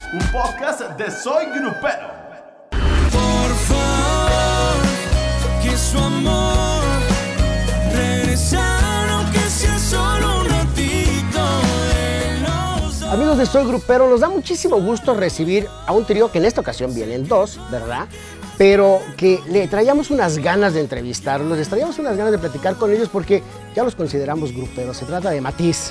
un podcast de Soy Grupero. Por favor, que su amor regresara, aunque sea solo un ratito de los dos. Amigos de Soy Grupero, nos da muchísimo gusto recibir a un trío que en esta ocasión vienen dos, ¿verdad? Pero que le traíamos unas ganas de entrevistarlos, les traíamos unas ganas de platicar con ellos porque ya los consideramos gruperos. Se trata de Matiz.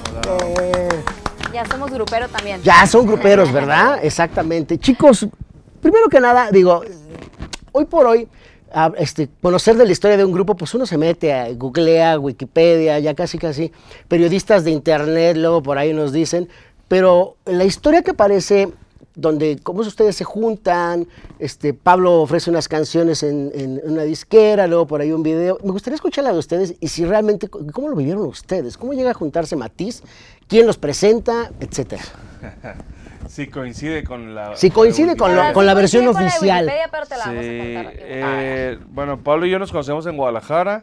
Ya somos grupero también. Ya son gruperos, ¿verdad? Exactamente. Chicos, primero que nada, digo, hoy por hoy, conocer de la historia de un grupo, pues uno se mete a googlea, Wikipedia, ya casi, periodistas de internet, luego por ahí nos dicen, pero la historia que aparece, donde cómo ustedes se juntan, Pablo ofrece unas canciones en una disquera, luego por ahí un video. Me gustaría escucharla de ustedes y si realmente, ¿cómo lo vivieron ustedes? ¿Cómo llega a juntarse Matiz? ¿Quién los presenta? Etcétera. Sí, coincide con la... Si coincide con la versión oficial. Wikipedia, pero te la vamos a contar aquí. Bueno, Pablo y yo nos conocemos en Guadalajara.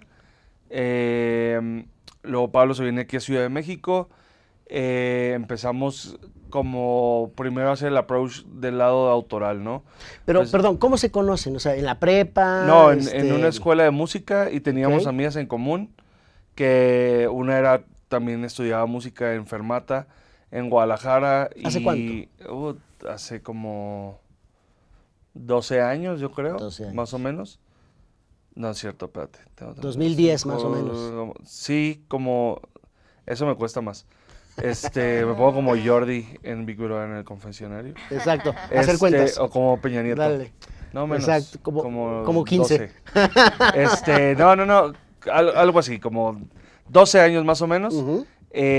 Luego Pablo se viene aquí a Ciudad de México. Empezamos como primero a hacer el approach del lado autoral, ¿no? Pero, Entonces, perdón, ¿cómo se conocen? O sea, ¿en la prepa? No, en una escuela de música y teníamos amigas en común, que una era, también estudiaba música en Fermata, en Guadalajara. ¿Hace cuánto? Hace como 12 años, yo creo, 12 años. más o menos. No es cierto, espérate. 2010 más o menos. Sí, como... Eso me cuesta más. Me pongo como Jordi en Big Brother en el confesionario. Exacto, hacer cuentas. O como Peña Nieto. Dale. No, menos. Exacto, como 15. 12. No, algo así, como 12 años más o menos. Uh-huh.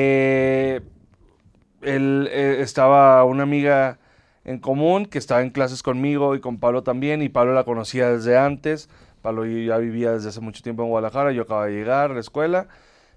Estaba una amiga en común que estaba en clases conmigo y con Pablo también, y Pablo la conocía desde antes. Pablo ya vivía desde hace mucho tiempo en Guadalajara, yo acababa de llegar a la escuela.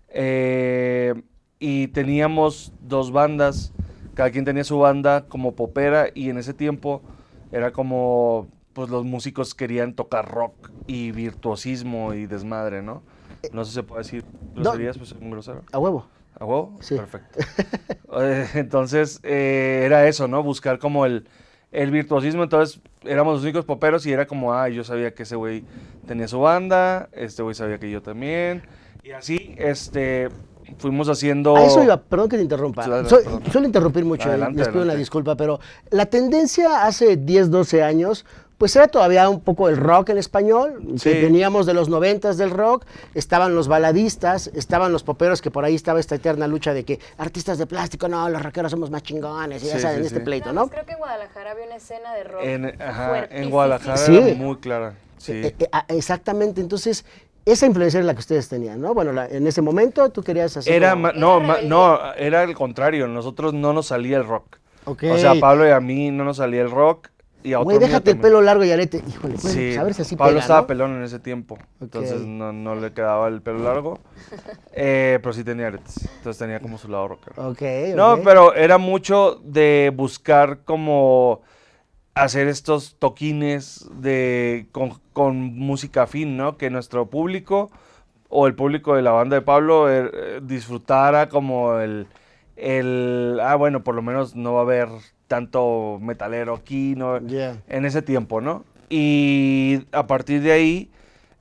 Y teníamos dos bandas, cada quien tenía su banda como popera, y en ese tiempo era como, pues los músicos querían tocar rock y virtuosismo y desmadre, ¿no? No sé si se puede decir groserías, pues soy un grosero. ¿A huevo? ¿A huevo? Sí. Perfecto. Entonces, era eso, ¿no? Buscar como el virtuosismo. Entonces, éramos los únicos poperos y era como, yo sabía que ese güey tenía su banda, este güey sabía que yo también. Y así, fuimos haciendo... A eso iba, perdón que te interrumpa. Suelo interrumpir mucho, Adelante, les pido una adelante. disculpa, pero la tendencia hace 10, 12 años, pues era todavía un poco el rock en español, Sí. que veníamos de los 90s del rock, estaban los baladistas, estaban los poperos, que por ahí estaba esta eterna lucha de que artistas de plástico, no, los rockeros somos más chingones, y ya Sí, saben, sí, este sí. pleito, Además, ¿no? creo que en Guadalajara había una escena de rock En fuertísima. Guadalajara Sí. era muy clara. Sí. Exactamente, entonces... Esa influencia era la que ustedes tenían, ¿no? Bueno, en ese momento tú querías hacer... Era como- era el contrario, nosotros no nos salía el rock. Ok. O sea, a Pablo y a mí no nos salía el rock, y a otro Güey, amigo déjate el también. pelo largo y arete. Híjole, pues, Sí, a ver si así Pablo pega, estaba ¿no? pelón en ese tiempo, entonces Ok. no le quedaba el pelo largo, pero sí tenía aretes, entonces tenía como su lado rockero. Ok, No, ok. pero era mucho de buscar como hacer estos toquines con música afín, ¿no? Que nuestro público o el público de la banda de Pablo disfrutara como bueno, por lo menos no va a haber tanto metalero aquí, ¿no? Yeah. En ese tiempo, ¿no? Y a partir de ahí,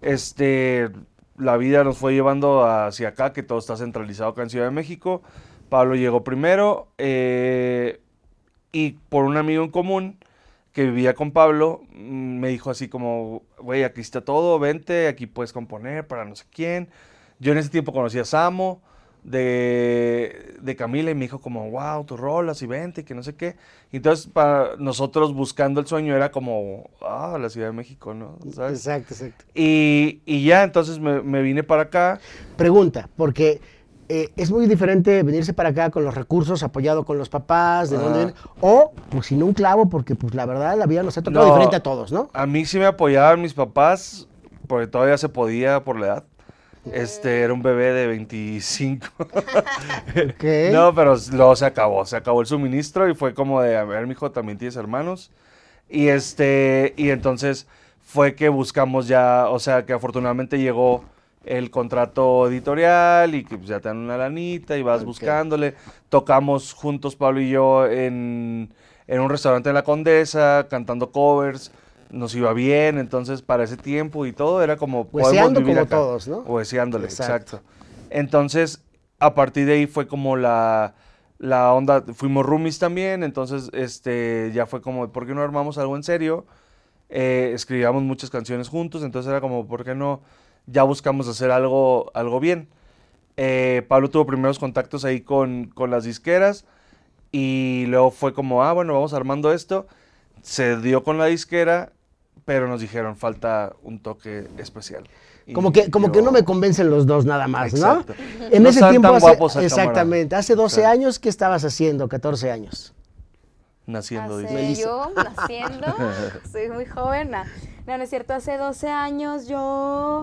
la vida nos fue llevando hacia acá, que todo está centralizado acá en Ciudad de México. Pablo llegó primero, y por un amigo en común que vivía con Pablo, me dijo así como, güey, aquí está todo, vente, aquí puedes componer para no sé quién. Yo en ese tiempo conocí a Samo de Camila y me dijo como, wow, tus rolas y vente, y que no sé qué. Y entonces para nosotros buscando el sueño era como, la Ciudad de México, ¿no? ¿Sabes? Exacto. Y ya, entonces me vine para acá. Pregunta, porque es muy diferente venirse para acá con los recursos, apoyado con los papás, de Ajá. dónde vienen, o pues sin un clavo, porque pues la verdad la vida nos ha tocado No, diferente a todos, ¿no? A mí sí me apoyaban mis papás, porque todavía se podía por la edad. Era un bebé de 25. Ok. No, pero luego se acabó el suministro y fue como de, a ver, mijo, también tienes hermanos. Y entonces fue que buscamos ya, o sea, que afortunadamente llegó el contrato editorial y que pues, ya te dan una lanita y vas Ok. buscándole. Tocamos juntos, Pablo y yo, en en un restaurante de la Condesa, cantando covers, nos iba bien, entonces para ese tiempo y todo era como podemos Hueseando vivir como acá. todos, ¿no? Hueseándole, Exacto. exacto. Entonces, a partir de ahí fue como la onda, fuimos roomies también, entonces ya fue como, ¿por qué no armamos algo en serio? Escribíamos muchas canciones juntos, entonces era como, ¿por qué no? Ya buscamos hacer algo bien. Pablo tuvo primeros contactos ahí con las disqueras y luego fue como, bueno, vamos armando esto. Se dio con la disquera, pero nos dijeron, falta un toque especial. Y Como que no me convencen los dos nada más, Exacto. ¿no? En No ese están tiempo, tan guapos a cámara. exactamente, hace 12 Sí. años, ¿qué estabas haciendo? 14 años. Naciendo, dice. Melissa. Yo naciendo, soy muy joven. No, no es cierto, hace 12 años yo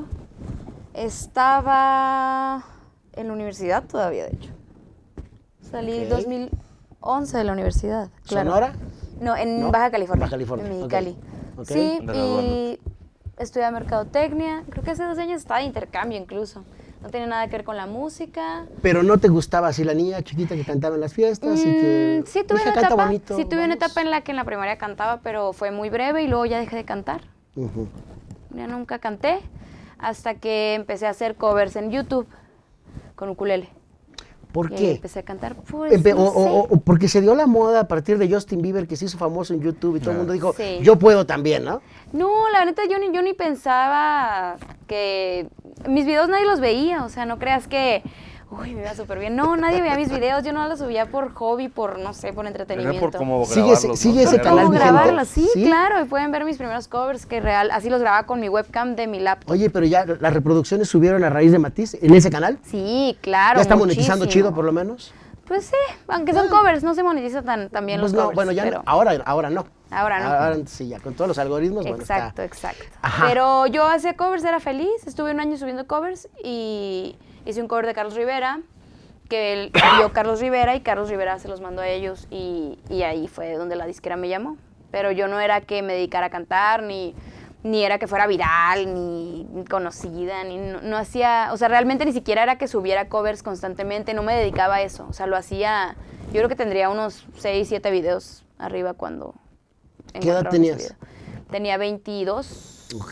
estaba en la universidad todavía, de hecho. Salí Ok. 2011 de la universidad, claro. ¿Sonora? No, en ¿No? Baja California. Baja California, En ok. Mexicali. Ok. Sí, Graduando. y estudié mercadotecnia. Creo que hace 2 años estaba de intercambio incluso. No tenía nada que ver con la música. Pero no te gustaba así la niña chiquita que cantaba en las fiestas y que... Sí, tuve "Hija, una canta etapa, bonito, sí tuve una vamos". etapa en la que en la primaria cantaba, pero fue muy breve y luego ya dejé de cantar. Ujú. Ya nunca canté hasta que empecé a hacer covers en YouTube con ukulele. ¿Por Y ahí qué? empecé a cantar. Pues, no sé. Porque se dio la moda a partir de Justin Bieber, que se hizo famoso en YouTube y todo el mundo dijo, Sí. yo puedo también, ¿no? No, la neta yo ni pensaba que mis videos nadie los veía, o sea, no creas que uy, me iba súper bien. No, nadie veía mis videos, yo no los subía por hobby, por no sé, por Era entretenimiento. por cómo Sigue grabarlos, ese- ¿no? sigue ese Tenerlos. canal ¿Cómo vigente? grabarlos? Sí, ¿Sí? claro, y pueden ver mis primeros covers que real, así los grababa con mi webcam de mi laptop. Oye, pero ya las reproducciones subieron a raíz de Matiz en ese canal. Sí, claro. ¿Ya está monetizando muchísimo. chido por lo menos? Pues sí, aunque son covers, no se monetiza tan bien Pues los no, covers. bueno, ya pero- no, ahora no. Ahora no. Ahora sí, ya con todos los algoritmos, bueno, Exacto, está. exacto. Ajá. Pero yo hacía covers, era feliz, estuve un año subiendo covers y hice un cover de Carlos Rivera, que él vio Carlos Rivera y Carlos Rivera se los mandó a ellos y ahí fue donde la disquera me llamó. Pero yo no era que me dedicara a cantar, ni era que fuera viral, ni conocida, ni no hacía, o sea, realmente ni siquiera era que subiera covers constantemente, no me dedicaba a eso, o sea, lo hacía, yo creo que tendría unos 6, 7 videos arriba cuando ¿Qué edad encontraron ese tenías? video. Tenía 22, Ok.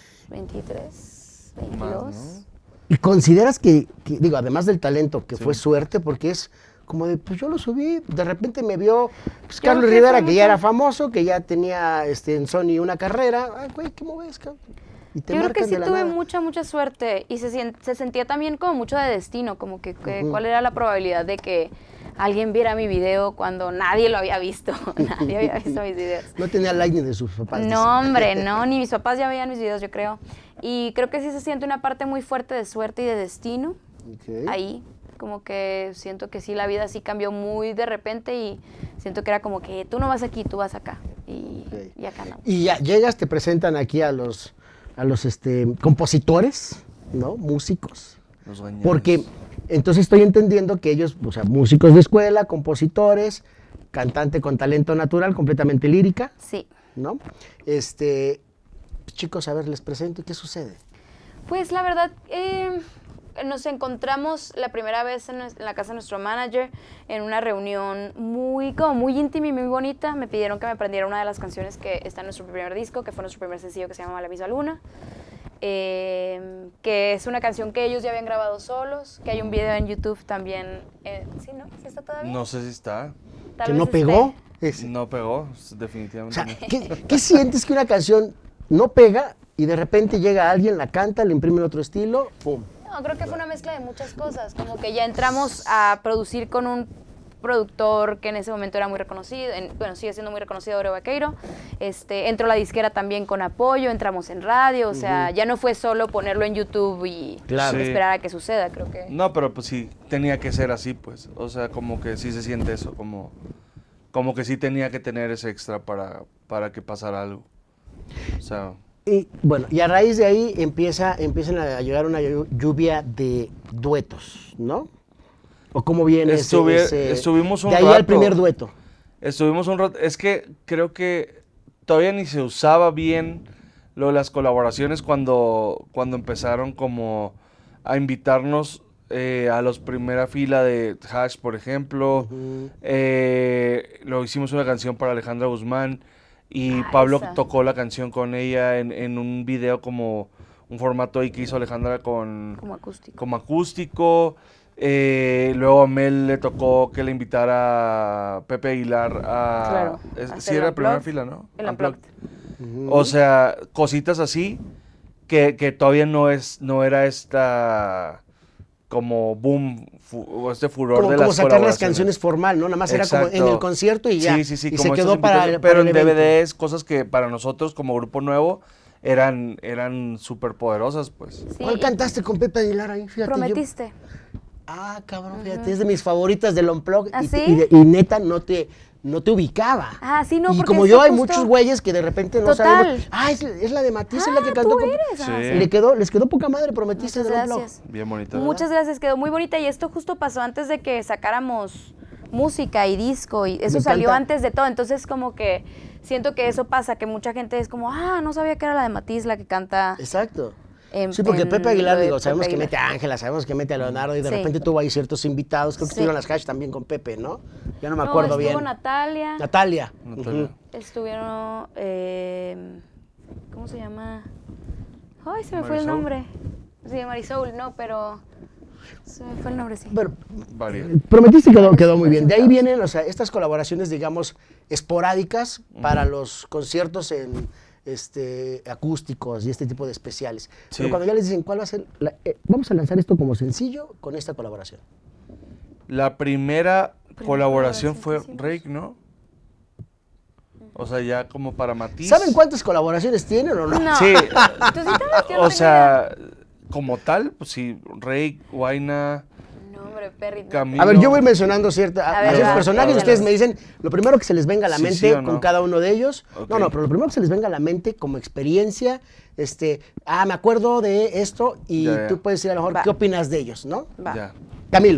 23, Más, 22. ¿no? ¿Y consideras que, digo, además del talento, que fue suerte, porque es como de, pues yo lo subí, de repente me vio pues, Yo Carlos creo que Rivera, fue que ya mucho- era famoso, que ya tenía en Sony una carrera. Ay, güey, ¿cómo ves, cabrón? Y te Yo creo que marcan sí de la tuve nada. mucha suerte y se sentía también como mucho de destino, como que cuál era la probabilidad de que alguien viera mi video cuando nadie lo había visto, nadie había visto mis videos. No tenía like ni de sus papás. dice. No, hombre, no, ni mis papás ya veían mis videos, yo creo. Y creo que sí se siente una parte muy fuerte de suerte y de destino Ok. ahí. Como que siento que sí, la vida sí cambió muy de repente y siento que era como que tú no vas aquí, tú vas acá. Y acá no. Y ya llegas, te presentan aquí a los compositores, ¿no? Músicos. Los gañanes. Porque entonces estoy entendiendo que ellos, o sea, músicos de escuela, compositores, cantante con talento natural, completamente lírica, Sí. ¿no? Chicos, a ver, les presento, ¿y qué sucede? Pues la verdad, nos encontramos la primera vez en la casa de nuestro manager en una reunión muy íntima y muy bonita. Me pidieron que me aprendiera una de las canciones que está en nuestro primer disco, que fue nuestro primer sencillo, que se llama La misma luna, que es una canción que ellos ya habían grabado solos, que hay un video en YouTube también. ¿Sí, no? ¿Sí está todavía? No sé si está. Tal ¿Que vez no esté. pegó? Ese. No pegó, O definitivamente sea, no. ¿qué sientes que una canción no pega y de repente llega alguien, la canta, le imprime otro estilo, ¡pum! No, creo que fue una mezcla de muchas cosas, como que ya entramos a producir con un productor que en ese momento era muy reconocido, bueno, sigue siendo muy reconocido, Aureo Vaqueiro. Entró la disquera también con apoyo, entramos en radio, o sea, ya no fue solo ponerlo en YouTube y Claro. Sí. esperar a que suceda, creo que... No, pero pues sí, tenía que ser así, pues. O sea, como que sí se siente eso, como que sí tenía que tener ese extra para que pasara algo. O sea, Y bueno, y a raíz de ahí empiezan a llegar una lluvia de duetos, ¿no? ¿O cómo viene estuvimos un de ahí al rato. primer dueto. estuvimos un rato. Es que creo que todavía ni se usaba bien lo de las colaboraciones cuando empezaron como a invitarnos a los primera fila de Hash, por ejemplo. Lo hicimos una canción para Alejandra Guzmán y Pablo esa. tocó la canción con ella en un video como un formato ahí que hizo Alejandra Como acústico. como acústico. Luego a Mel le tocó que le invitara a Pepe Aguilar a... Claro, Sí, hacer era el primera Unplugged. fila, ¿no? El Unplugged. Unplugged. O sea, cositas así que todavía no era esta como boom o este furor Como, de como las sacar las colaboraciones. canciones formal, ¿no? Nada más era como en Exacto. el concierto y ya. Sí, Y como se quedó estos para, invitados, para pero el en evento. DVDs, cosas que para nosotros como grupo nuevo eran súper poderosas, pues. Sí, ¿Cuál y cantaste con Pepe Aguilar ahí? Fíjate, yo- Prometiste. Ah, cabrón, fíjate, es de mis favoritas del Unplugged. ¿Ah, y, sí? y no te ubicaba. Ah, sí, no, Y porque como eso yo, hay justo- muchos güeyes que de repente no Total. sabemos. Ah, es la de Matiz, es la que Ah, cantó tú con... eres. Ah, Sí. Y les quedó poca madre, Prometiste Muchas del Unplugged. gracias. Bien bonita. Muchas gracias, quedó muy bonita y esto justo pasó antes de que sacáramos música y disco y eso Me salió encanta. antes de todo, entonces como que siento que eso pasa, que mucha gente es como, no sabía que era la de Matiz la que canta. Exacto. En- Sí, porque en Pepe Aguilar, lo de digo, sabemos Pepe que mete Aguilar. a Ángela, sabemos que mete a Leonardo y de Sí. repente tuvo ahí ciertos invitados. Creo que Sí. estuvieron las Hash también con Pepe, ¿no? Ya no me No, acuerdo estuvo bien. Natalia, Natalia. Natalia. Ujú. estuvieron, ¿cómo se llama? Ay, se me fue el Marisol. nombre. Sí, Marisol, no, pero se me fue el nombre, sí. Pero Varias. Prometiste quedó muy bien. De ahí vienen, o sea, estas colaboraciones, digamos, esporádicas para los conciertos en acústicos y este tipo de especiales. Sí. Pero cuando ya les dicen cuál va a ser, vamos a lanzar esto como sencillo con esta colaboración. La primera colaboración colaboración fue que hicimos. Rake, ¿no? O sea, ya como para Matiz. ¿Saben cuántas colaboraciones tienen o no? No. Sí. ¿Tú sí sabes? Yo no O tengo sea, como tal, pues sí, Rake, Guaina, idea. No, hombre, perrito. Camilo. A ver, yo voy mencionando A ver, ciertos va, personajes y échalos. ustedes me dicen lo primero que se les venga a la Sí, mente sí o no. con cada uno de ellos. Ok. No, pero lo primero que se les venga a la mente como experiencia, me acuerdo de esto y Ya. tú puedes decir a lo mejor Va. qué opinas de ellos, ¿no? Va. Ya. Camilo.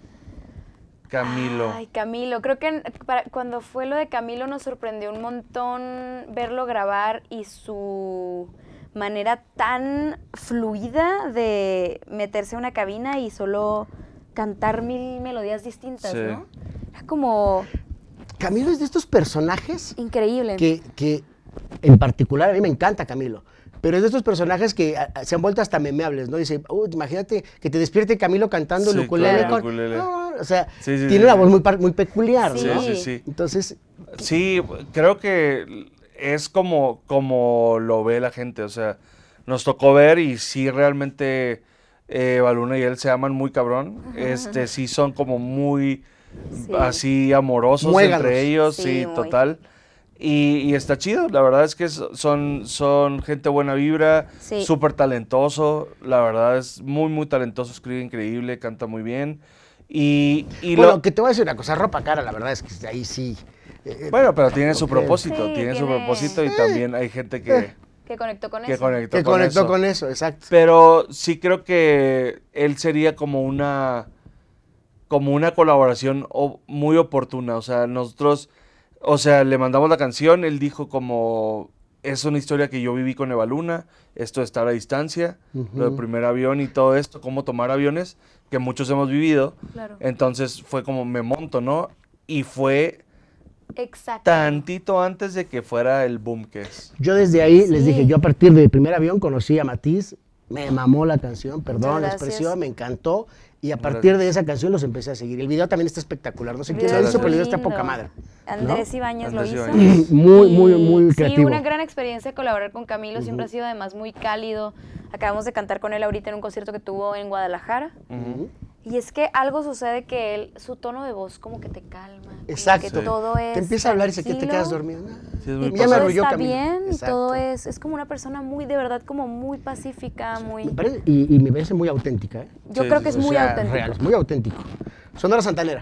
Camilo. Ay, Camilo, creo que cuando fue lo de Camilo nos sorprendió un montón verlo grabar y su manera tan fluida de meterse a una cabina y solo cantar 1000 melodías distintas, Sí. ¿no? Era como Camilo es de estos personajes increíble. que en particular a mí me encanta Camilo. Pero es de estos personajes que se han vuelto hasta memeables, ¿no? Dice, imagínate que te despierte Camilo cantando el Sí, ukulele claro, el con... ukulele. No, o sea, Sí, sí, tiene sí, una sí. voz muy peculiar, Sí. ¿no? Sí, sí, sí. Entonces, Sí, creo que es como lo ve la gente, o sea, nos tocó ver y sí realmente Baluna y él se aman muy cabrón, sí son como muy Sí. así amorosos Muéganos. entre ellos, Sí, sí, muy. total. Y está chido, la verdad es que son gente buena vibra, Sí. súper talentoso, la verdad es muy talentoso, escribe increíble, canta muy bien. Y bueno, que te voy a decir una cosa, ropa cara, la verdad es que ahí sí. bueno, pero tiene su Ok. propósito, Sí, tiene su tiene- propósito y también hay gente que conectó con que eso. conectó Que con conectó eso. con eso, exacto. Pero sí creo que él sería como una colaboración muy oportuna. O sea, nosotros, le mandamos la canción, él dijo como, es una historia que yo viví con Eva Luna, esto de estar a distancia, lo del primer avión y todo esto, cómo tomar aviones, que muchos hemos vivido. Claro. Entonces fue como, me monto, ¿no? Y fue Exacto. tantito antes de que fuera el boom que es. Yo desde ahí les Sí. dije, yo a partir del primer avión conocí a Matiz, me mamó la canción, perdón Muchas la gracias. expresión, me encantó. Y a partir de esa canción los empecé a seguir. El video también está espectacular, no sé quién lo video hizo, es pero el video muy está poca madre. Andrés Ibáñez Andrés lo hizo. Ibáñez. Muy Sí, creativo. una gran experiencia colaborar con Camilo, siempre ha sido además muy cálido. Acabamos de cantar con él ahorita en un concierto que tuvo en Guadalajara. Ujú. Y es que algo sucede que él, su tono de voz como que te calma. como Exacto. Que todo es Te empieza a hablar y se que te tranquilo, quedas dormido. Nah. Sí, es muy Ya me todo arrulló está Camilo. bien y Exacto. todo es como una persona muy, de verdad, como muy pacífica, muy... Me parece- y me parece muy auténtica, ¿eh? Yo Sí, creo sí, que es sí. muy O sea, auténtico. real, es muy auténtico. Sonora Santanera.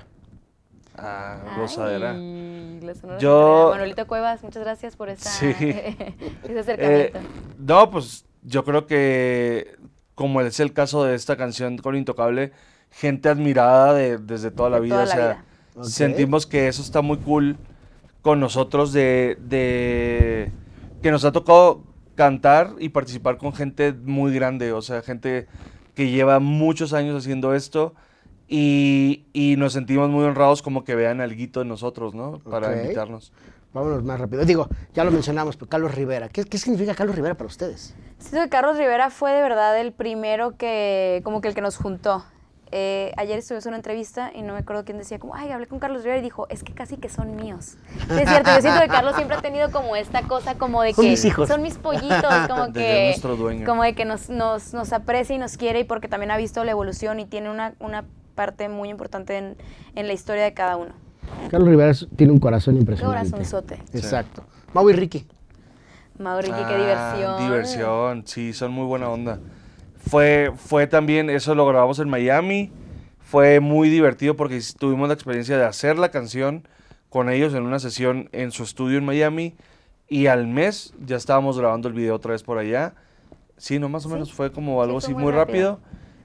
Ah, gozadera. Ay, la Sonora Yo- Santanera. Manuelito Cuevas, muchas gracias por esa, Sí. ese acercamiento. No, pues yo creo que como es el caso de esta canción con Intocable, gente admirada desde toda la De vida. toda O la sea, vida. Ok. sentimos que eso está muy cool con nosotros de que nos ha tocado cantar y participar con gente muy grande, o sea, gente que lleva muchos años haciendo esto y nos sentimos muy honrados como que vean alguito de nosotros, ¿no? Para Ok. invitarnos. Vámonos más rápido. Digo, ya lo mencionamos, pero Carlos Rivera. ¿Qué significa Carlos Rivera para ustedes? Siento que Carlos Rivera fue de verdad el primero que, como que el que nos juntó. Ayer estuvimos en una entrevista y no me acuerdo quién decía como, ay, hablé con Carlos Rivera y dijo, es que casi que son míos. Y es cierto, yo siento que Carlos siempre ha tenido como esta cosa como de Son que mis hijos. son mis pollitos, como De ser nuestro dueño. como de que nos aprecia y nos quiere y porque también ha visto la evolución y tiene una parte muy importante en la historia de cada uno. Carlos Rivera tiene un corazón Qué impresionante. corazonzote. Exacto. Mau y Ricky. Mauricio, qué diversión. Diversión, sí, son muy buena onda. Fue también, eso lo grabamos en Miami, fue muy divertido porque tuvimos la experiencia de hacer la canción con ellos en una sesión en su estudio en Miami y al mes ya estábamos grabando el video otra vez por allá. Sí, no, más o menos fue como algo fue así muy muy rápido.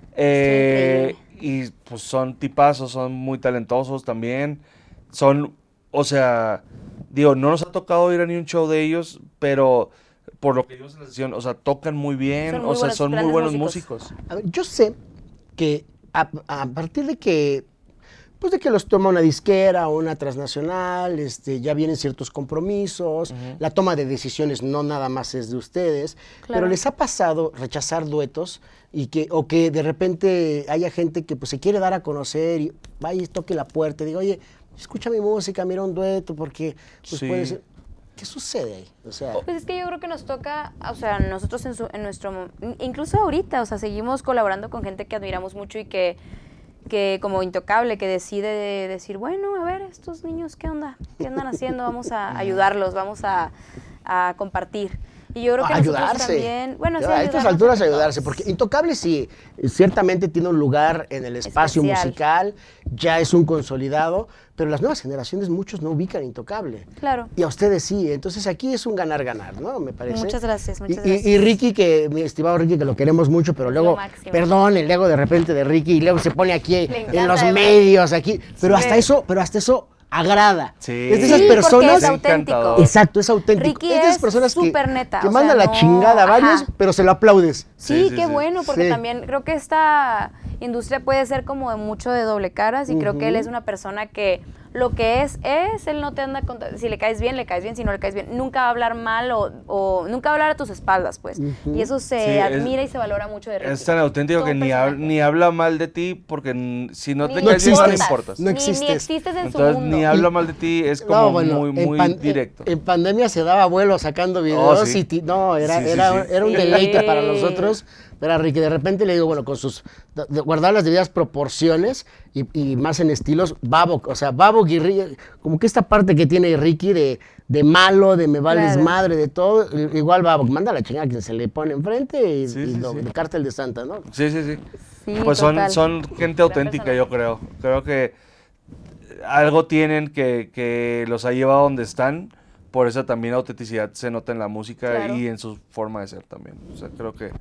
increíble. Y pues son tipazos, son muy talentosos también. Son, o sea, digo, no nos ha tocado ir a ni un show de ellos, pero por lo que vimos en la sesión, o sea, tocan muy bien, Son muy o sea, buenos, son muy grandes buenos músicos. músicos. A ver, yo sé que a partir de que, pues de que los toma una disquera o una transnacional, ya vienen ciertos compromisos, la toma de decisiones no nada más es de ustedes, Claro. pero les ha pasado rechazar duetos o que de repente haya gente que pues se quiere dar a conocer y vaya y toque la puerta y diga, oye, escucha mi música, mira un dueto, porque pues Sí. puede ser. ¿Qué sucede ahí? O sea, Pues es que yo creo que nos toca, o sea, nosotros en nuestro, incluso ahorita, o sea, seguimos colaborando con gente que admiramos mucho y que como Intocable, que decide decir, bueno, a ver, estos niños, ¿qué onda? ¿Qué andan haciendo? Vamos a ayudarlos, vamos a compartir. Y yo creo que nosotros ayudarse. también, bueno, sí, A estas ayudarnos alturas entre ayudarse, todos. porque Intocable sí, ciertamente tiene un lugar en el espacio Especial. musical, ya es un consolidado, pero las nuevas generaciones muchos no ubican Intocable. Claro. Y a ustedes sí, entonces aquí es un ganar-ganar, ¿no? Me parece. Muchas gracias, muchas Y gracias. Ricky, mi estimado Ricky, que lo queremos mucho, pero luego, máximo. perdón, el ego de repente de Ricky, y luego se pone aquí Le en encanta, los además. medios, aquí, pero Sí. hasta eso agrada. Sí. Es de esas Sí, porque personas. es auténtico. encantador. Exacto, es auténtico. Ricky es de esas es personas súper neta, que o manda sea, la no- chingada a varios, ajá. pero se lo aplaudes. Sí, Sí, qué sí. bueno, porque Sí. también creo que esta industria puede ser como de mucho de doble caras y creo que él es una persona que lo que es, él no te anda contando, si le caes bien, si no le caes bien, nunca va a hablar mal o nunca va a hablar a tus espaldas, pues. Y eso se Sí, es- admira y se valora mucho de Ricky. Es tan auténtico Todo que un ni personaje. habla mal de ti porque si no Ni te No caes bien no le existes. importas. No Ni existes. existes en su Entonces mundo. ni habla mal de ti, es como No, bueno, muy directo. En pandemia se daba vuelo sacando videos sí. no, era Sí, sí, era, sí. era un Sí. deleite para nosotros. Pero a Ricky de repente le digo, bueno, con sus guardar las debidas proporciones y más en estilos Babok, o sea, Babok y Ricky, como que esta parte que tiene Ricky de malo, de me vales Claro. madre, de todo, igual Babok, manda la chingada que se le pone enfrente y, Sí, y sí, lo- sí. de Cártel de Santa, ¿no? Sí, sí, sí. Sí, Pues total. son gente Gran auténtica, personaje. yo creo. Creo que algo tienen que los ha llevado a donde están. Por eso también la autenticidad se nota en la música Claro. y en su forma de ser también. O sea, creo que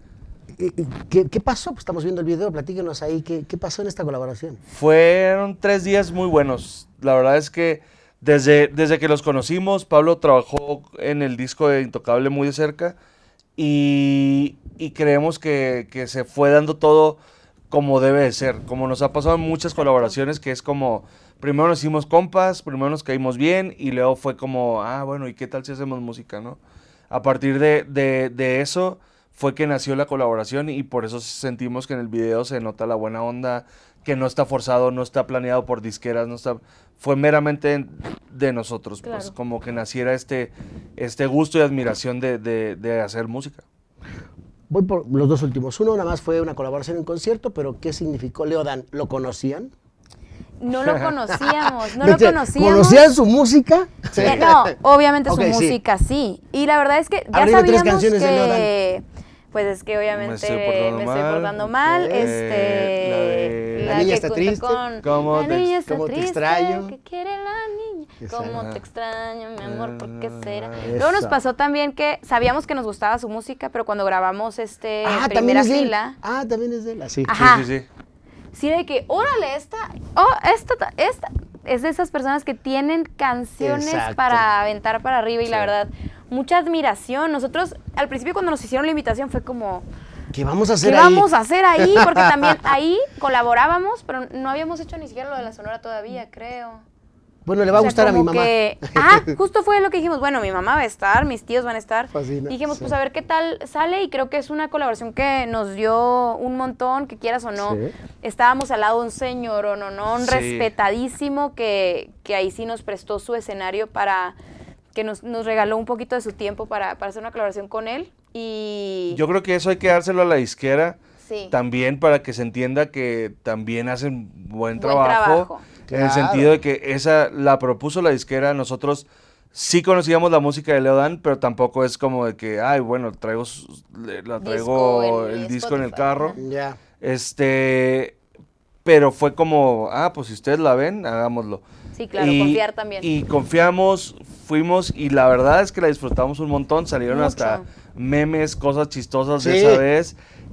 ¿Qué pasó? Pues estamos viendo el video, platíquenos ahí, ¿qué pasó en esta colaboración? fueron 3 días muy buenos. La verdad es que desde que los conocimos, Pablo trabajó en el disco de Intocable muy de cerca y creemos que se fue dando todo como debe de ser. Como nos ha pasado en muchas colaboraciones, que es como, primero nos hicimos compas, primero nos caímos bien y luego fue como, bueno, ¿y qué tal si hacemos música, no? A partir de eso fue que nació la colaboración y por eso sentimos que en el video se nota la buena onda, que no está forzado, no está planeado por disqueras, fue meramente de nosotros, pues Claro. como que naciera este gusto y admiración de hacer música. Voy por los dos últimos. Uno nada más fue una colaboración en concierto, pero ¿qué significó Leodan? ¿Lo conocían? No lo conocíamos, no ¿Me lo entiendes? conocíamos. ¿Conocían su música? No, obviamente Ok, su sí. música sí. Y la verdad es que ya Háblame de tres sabíamos canciones de que... Pues es que obviamente Me estoy portando mal. Ok. La de- La niña que está junto triste. con ¿Cómo la te- niña está cómo te triste, extraño? ¿qué quiere la niña? ¿Cómo Ajá. te extraño, mi amor? ¿Por qué será? Eso. Luego nos pasó también que sabíamos que nos gustaba su música, pero cuando grabamos también primera es de él. fila, También es de él, así. Ajá. Sí, sí, sí. sí de que, órale, esta es de esas personas que tienen canciones Exacto. para aventar para arriba y la Sí. verdad, mucha admiración. Nosotros, al principio cuando nos hicieron la invitación fue como, ¿Qué vamos a ¿Qué hacer ahí? vamos a hacer ahí? Porque también ahí colaborábamos, pero no habíamos hecho ni siquiera lo de la Sonora todavía, creo. Bueno, le va a O sea, gustar a mi como mamá. Justo fue lo que dijimos, bueno, mi mamá va a estar, mis tíos van a estar. Fascina, Dijimos, sí. pues a ver qué tal sale, y creo que es una colaboración que nos dio un montón, que quieras o no. Sí. Estábamos al lado de un señor, un Sí. respetadísimo, que ahí sí nos prestó su escenario para, que nos regaló un poquito de su tiempo para hacer una colaboración con él. Y Yo creo que eso hay que dárselo a la disquera sí, también para que se entienda que también hacen buen Buen trabajo. trabajo. En el Claro. sentido de que esa la propuso la disquera, nosotros sí conocíamos la música de Leodán, pero tampoco es como de que, ay, bueno, traigo el disco en el Spotify, carro. ajá. Ya. Pero fue como, pues si ustedes la ven, hagámoslo. Sí, claro, confiar también. Y confiamos, fuimos, y la verdad es que la disfrutamos un montón, salieron Mucho. hasta memes, cosas chistosas de Sí. esa vez,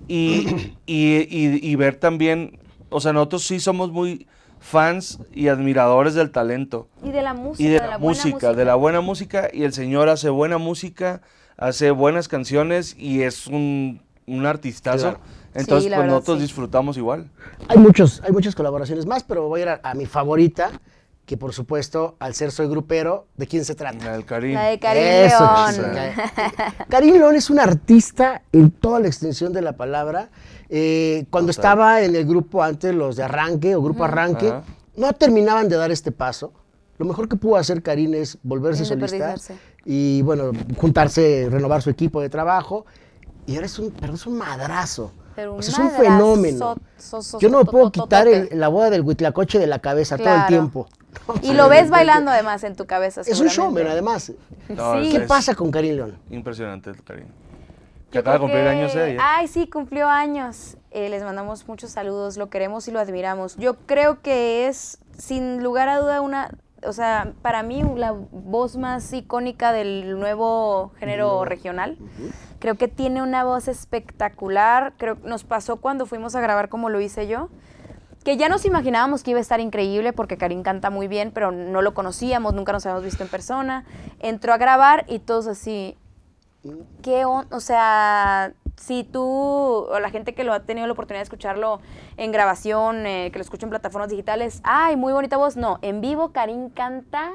y ver también, o sea, nosotros sí somos muy fans y admiradores del talento, Y de la música, y de la buena música, de la buena música, y el señor hace buena música, hace buenas canciones, y es un artistazo, Claro. entonces Sí, la pues verdad, nosotros sí. disfrutamos igual. Hay muchas colaboraciones más, pero voy a ir a mi favorita, que por supuesto, al ser soy grupero, ¿de quién se trata? La del Karim. La de Karim Eso, León. chica. Karim León es un artista en toda la extensión de la palabra. Cuando Total. estaba en el grupo antes, los de Arranque o Grupo Arranque, Ajá. no terminaban de dar este paso. Lo mejor que pudo hacer Karim es volverse solista Independizarse. y, bueno, juntarse, renovar su equipo de trabajo. Y ahora es un madrazo. Pero O un sea, es un madrazo, fenómeno. Yo no me puedo quitar la boda del Huitlacoche de la cabeza todo el Claro. tiempo. Y lo ves bailando además en tu cabeza. Es un seguramente. showman, además. No, Sí. ¿Qué es pasa con Karim León? Impresionante el Karim. Que Yo acaba de creo cumplir años ella. Ay, sí, cumplió años. Les mandamos muchos saludos, lo queremos y lo admiramos. Yo creo que es, sin lugar a duda, o sea, para mí la voz más icónica del nuevo género regional. Creo que tiene una voz espectacular. Creo que nos pasó cuando fuimos a grabar como lo hice yo, que ya nos imaginábamos que iba a estar increíble porque Karim canta muy bien, pero no lo conocíamos, nunca nos habíamos visto en persona. Entró a grabar y todos así, o sea, si tú, o la gente que lo ha tenido la oportunidad de escucharlo en grabación, que lo escucha en plataformas digitales, ay, muy bonita voz. No, en vivo Karim canta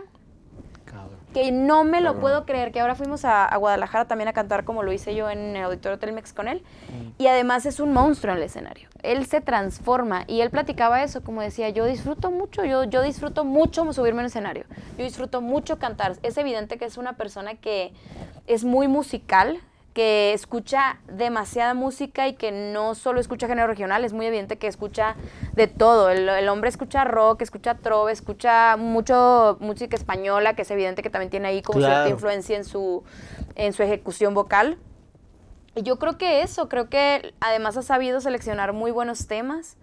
que no me lo Cabrón. puedo creer, que ahora fuimos a Guadalajara también a cantar como lo hice yo en el Auditorio Telmex con él, y además es un monstruo en el escenario, él se transforma, y él platicaba eso, como decía, yo disfruto mucho, yo disfruto mucho subirme en el escenario, yo disfruto mucho cantar, es evidente que es una persona que es muy musical, que escucha demasiada música y que no solo escucha género regional, es muy evidente que escucha de todo. El hombre escucha rock, escucha trove, escucha mucho música española, que es evidente que también tiene ahí como Claro. cierta influencia en su ejecución vocal. Y yo creo que además ha sabido seleccionar muy buenos temas,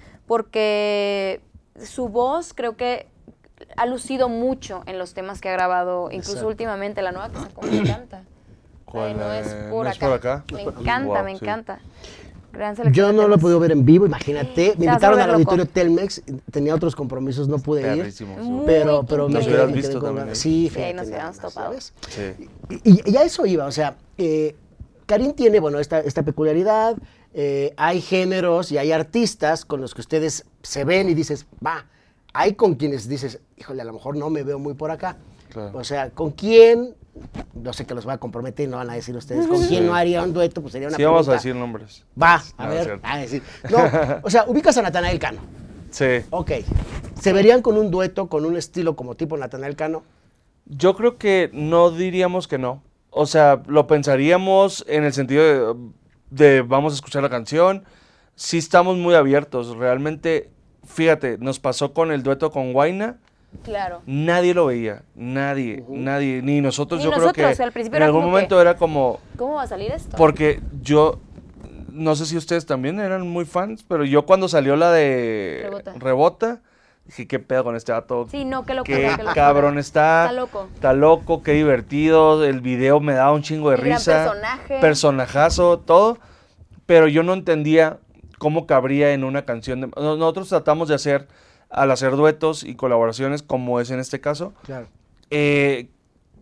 porque su voz creo que ha lucido mucho en los temas que ha grabado, incluso Exacto. últimamente, la nueva que sacó me encanta. ¿Cuál? Ay, no es por ¿No acá. es por acá? Me encanta, Wow, me sí. encanta. Gran selección Yo de no lo he temas. podido ver en vivo, imagínate. Me Te vas a invitaron volver al loco. auditorio Telmex, tenía otros compromisos, no pude ir. Perrísimo. Muy Pero me quinquero. Nos quedé, hubieras me quedé visto con también, ganas. ¿eh? Sí, Sí, ahí fíjate nos nada hubiéramos más, topado. ¿sabes? Sí. Y a eso iba, o sea, Karim tiene, bueno, esta peculiaridad, hay géneros y hay artistas con los que ustedes se ven y dices, va, hay con quienes dices, híjole, a lo mejor no me veo muy por acá. Claro. O sea, ¿con quién? No sé que los voy a comprometer y no van a decir ustedes, ¿con quién no haría un dueto? Pues sería una Sí, vamos a pregunta. decir nombres. Va, a No, es ver, cierto. a decir. No, o sea, ubicas a Natanael Cano. Sí. Ok. ¿Se verían con un dueto, con un estilo como tipo Natanael Cano? Yo creo que no diríamos que no. O sea, lo pensaríamos en el sentido de vamos a escuchar la canción. Sí estamos muy abiertos. Realmente, fíjate, nos pasó con el dueto con Huayna. Claro. Nadie lo veía. Nadie, nadie. Ni nosotros, Ni yo nosotros, creo que al principio en era algún como momento que- era como... ¿Cómo va a salir esto? Porque yo, no sé si ustedes también eran muy fans, pero yo cuando salió la de Rebota, dije, ¿qué pedo con este vato? Sí, no, qué locura, Qué qué locura. cabrón está. Está loco. Está loco, qué divertido. El video me daba un chingo de Y gran risa. personaje. Personajazo, todo. Pero yo no entendía cómo cabría en una canción. Nosotros tratamos de hacer, al hacer duetos y colaboraciones, como es en este caso, Claro.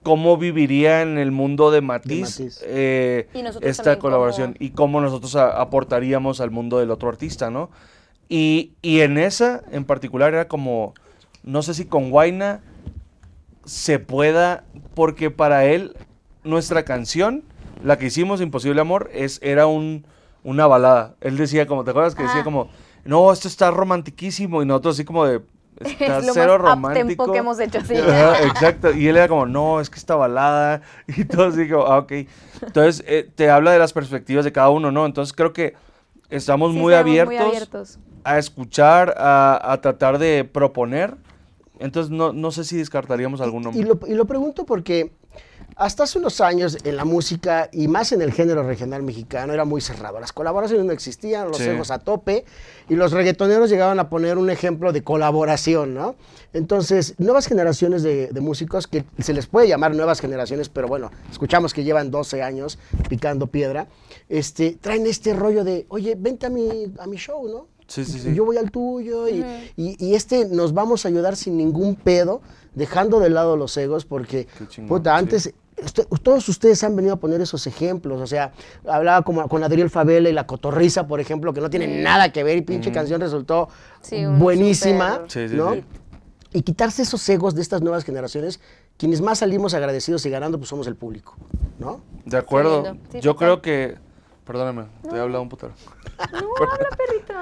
cómo viviría en el mundo de Matiz, Y nosotros esta también colaboración y cómo nosotros aportaríamos al mundo del otro artista, ¿no? Y en esa en particular era como, no sé si con Huayna se pueda, porque para él nuestra canción, la que hicimos, Imposible Amor, era una balada. Él decía como, ¿te acuerdas que decía como, no, esto está romantiquísimo, y nosotros así como de, está Es lo cero más romántico. up-tempo que hemos hecho, sí. Ajá, exacto, y él era como, no, es que esta balada, y todo así como, ok. Entonces, te habla de las perspectivas de cada uno, ¿no? Entonces creo que estamos Sí, muy estamos abiertos a escuchar, a tratar de proponer. Entonces, no sé si descartaríamos alguno. Y lo pregunto porque hasta hace unos años en la música, y más en el género regional mexicano, era muy cerrado. Las colaboraciones no existían, los Sí. egos a tope, y los reggaetoneros llegaban a poner un ejemplo de colaboración, ¿no? Entonces, nuevas generaciones de músicos, que se les puede llamar nuevas generaciones, pero bueno, escuchamos que llevan 12 años picando piedra, traen este rollo de, oye, vente a mi show, ¿no? Sí, sí, sí. Yo voy al tuyo y nos vamos a ayudar sin ningún pedo, dejando de lado los egos, porque Qué chingón, puta, antes todos ustedes han venido a poner esos ejemplos. O sea, hablaba como con Adriel Favela y La Cotorriza, por ejemplo, que no tienen nada que ver, y pinche canción resultó Sí, un buenísima, súper Sí, sí, ¿no? sí. Y quitarse esos egos de estas nuevas generaciones, quienes más salimos agradecidos y ganando, pues somos el público, ¿no? De acuerdo. lindo. Sí, Yo total. creo que, perdóname, te he hablado un putero. No, habla, perrito.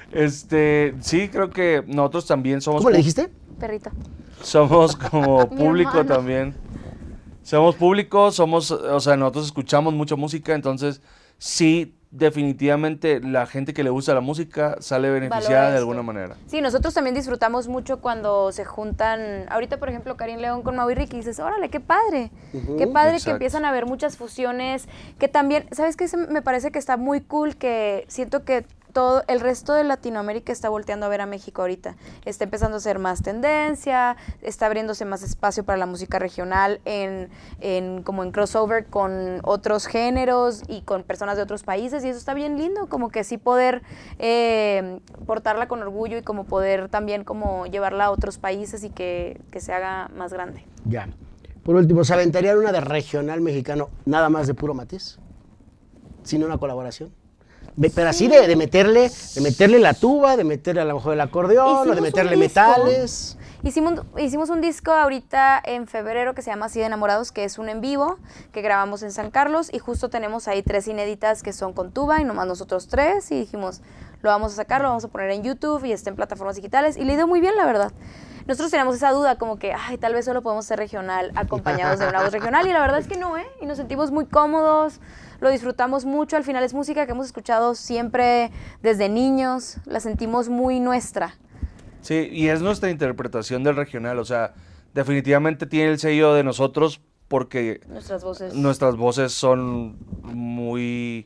Sí, creo que nosotros también somos... ¿Cómo le dijiste? Perrito. Somos como Mi público hermano. también. Somos público, o sea, nosotros escuchamos mucha música, entonces sí, definitivamente la gente que le gusta la música sale beneficiada Valora de esto. alguna manera. Sí, nosotros también disfrutamos mucho cuando se juntan, ahorita por ejemplo Karim León con Mau y Ricky, y dices, órale, qué padre que Exacto. empiezan a haber muchas fusiones, que también, ¿sabes qué? Me parece que está muy cool, que siento que todo el resto de Latinoamérica está volteando a ver a México ahorita. Está empezando a ser más tendencia, está abriéndose más espacio para la música regional como en crossover con otros géneros y con personas de otros países, y eso está bien lindo, como que sí poder portarla con orgullo y como poder también como llevarla a otros países y que se haga más grande. Ya. Por último, ¿se aventarían una de regional mexicano nada más de puro Matiz? ¿Sin una colaboración? Pero así de meterle la tuba, de meterle a lo mejor el acordeón, o de Hicimos meterle un disco. metales. Hicimos un disco ahorita en febrero que se llama Así de Enamorados, que es un en vivo que grabamos en San Carlos, y justo tenemos ahí 3 inéditas que son con tuba y nomás nosotros 3, y dijimos, lo vamos a sacar, lo vamos a poner en YouTube y está en plataformas digitales, y le dio muy bien, la verdad. Nosotros teníamos esa duda como que, ay, tal vez solo podemos ser regional acompañados de una voz regional, y la verdad es que no, y nos sentimos muy cómodos, lo disfrutamos mucho, al final es música que hemos escuchado siempre desde niños, la sentimos muy nuestra. Sí, y es nuestra interpretación del regional, o sea, definitivamente tiene el sello de nosotros porque nuestras voces son muy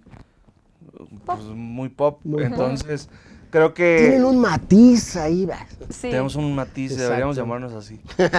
pop, Muy entonces creo que Tienen un matiz ahí, va. Sí. tenemos un matiz, Exacto. deberíamos llamarnos así.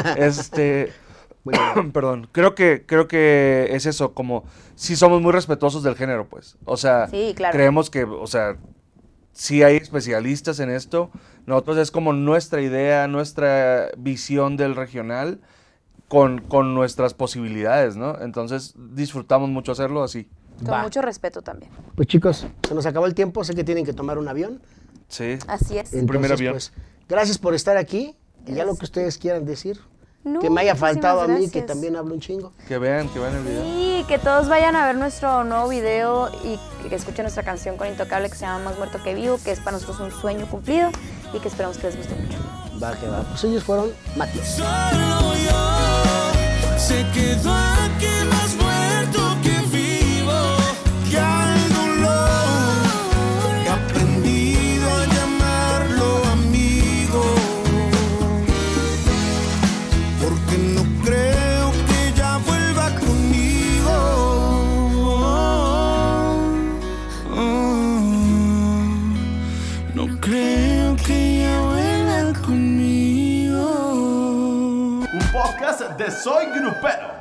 Perdón, creo que es eso, como sí somos muy respetuosos del género, pues. O sea, Sí, claro. creemos que, o sea, sí hay especialistas en esto. Nosotros es como nuestra idea, nuestra visión del regional con nuestras posibilidades, ¿no? Entonces disfrutamos mucho hacerlo así. Con Va. mucho respeto también. Pues chicos, se nos acabó el tiempo, sé que tienen que tomar un avión. Sí. Así es. Un primer Entonces, avión. pues, gracias por estar aquí. Y ya lo Gracias. que ustedes quieran decir. No, que me haya muchísimas faltado a mí, que gracias. también hablo un chingo. Que vean el video. Sí, que todos vayan a ver nuestro nuevo video y que escuchen nuestra canción con Intocable que se llama Más Muerto que Vivo, que es para nosotros un sueño cumplido y que esperamos que les guste mucho. Va, que va. Pues ellos fueron Matiz. Solo yo se quedó aquí más muerto que vivo, que al dolor he aprendido a llamarlo amigo, porque no creo que ella vuelva conmigo. No creo que ella vuelva conmigo. Un podcast de Soy Grupero.